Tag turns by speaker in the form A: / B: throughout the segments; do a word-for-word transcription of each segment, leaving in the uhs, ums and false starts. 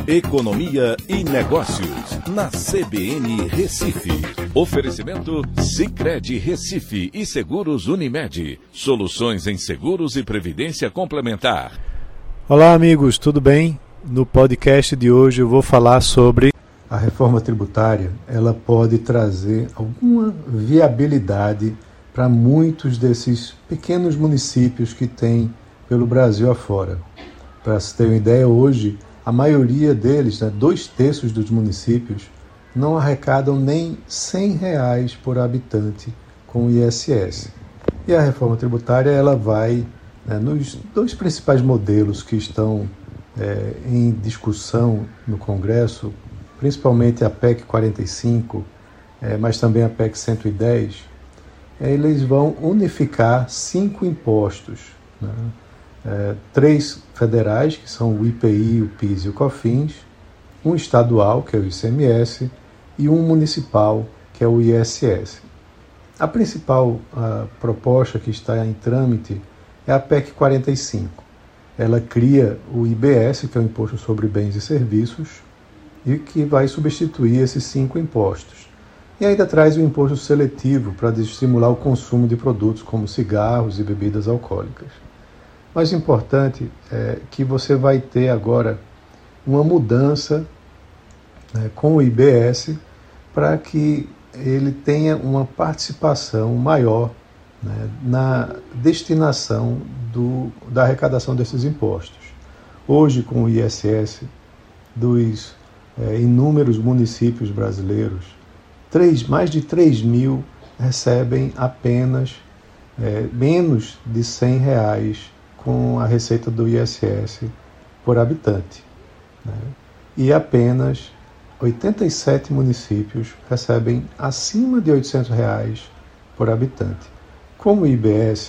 A: Economia e Negócios, na C B N Recife. Oferecimento Sicredi Recife e Seguros Unimed. Soluções em seguros e previdência complementar.
B: Olá amigos, tudo bem? No podcast de hoje eu vou falar sobre a reforma tributária. Ela pode trazer alguma viabilidade para muitos desses pequenos municípios que tem pelo Brasil afora. Para se ter uma ideia, hoje a maioria deles, né, dois terços dos municípios, não arrecadam nem cem reais por habitante com o I S S. E a reforma tributária ela vai, né, nos dois principais modelos que estão é, em discussão no Congresso, principalmente a P E C quarenta e cinco, é, mas também a P E C cento e dez, é, eles vão unificar cinco impostos, né? É, três federais, que são o I P I, o PIS e o COFINS, um estadual, que é o I C M S, e um municipal, que é o I S S. A principal a proposta que está em trâmite é a P E C quarenta e cinco. Ela cria o I B S, que é o Imposto sobre Bens e Serviços, e que vai substituir esses cinco impostos. E ainda traz o imposto seletivo para estimular o consumo de produtos como cigarros e bebidas alcoólicas. Mais importante é que você vai ter agora uma mudança, né, com o I B S para que ele tenha uma participação maior, né, na destinação do, da arrecadação desses impostos. Hoje, com o I S S dos é, inúmeros municípios brasileiros, três, mais de três mil recebem apenas é, menos de cem reais com a receita do I S S por habitante, né? E apenas oitenta e sete municípios recebem acima de oitocentos reais por habitante. Como o I B S,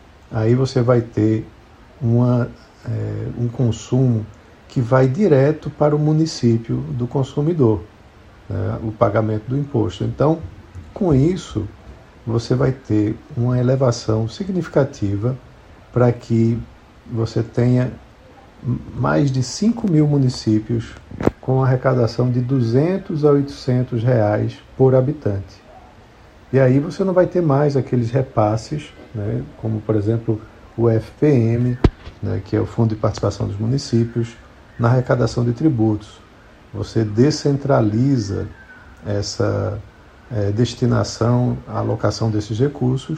B: aí você vai ter uma, é, um consumo que vai direto para o município do consumidor, né? O pagamento do imposto. Então, com isso, você vai ter uma elevação significativa para que você tenha mais de cinco mil municípios com arrecadação de duzentos a oitocentos reais por habitante. E aí você não vai ter mais aqueles repasses, né, como, por exemplo, o F P M, né, que é o Fundo de Participação dos Municípios, na arrecadação de tributos. Você descentraliza essa é, destinação, a alocação desses recursos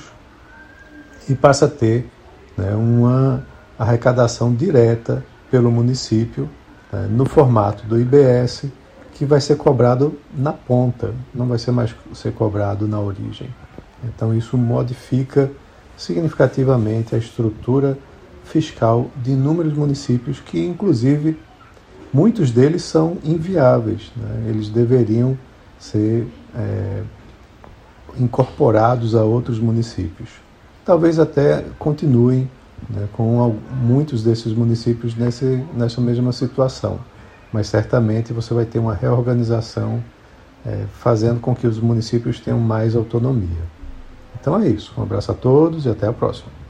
B: e passa a ter, né, uma arrecadação direta pelo município, né, no formato do I B S, que vai ser cobrado na ponta, não vai ser mais ser cobrado na origem. Então isso modifica significativamente a estrutura fiscal de inúmeros municípios que, inclusive, muitos deles são inviáveis, né? Eles deveriam ser é, incorporados a outros municípios. Talvez até continuem, né, com muitos desses municípios nesse, nessa mesma situação, mas certamente você vai ter uma reorganização é, fazendo com que os municípios tenham mais autonomia. Então é isso, um abraço a todos e até a próxima.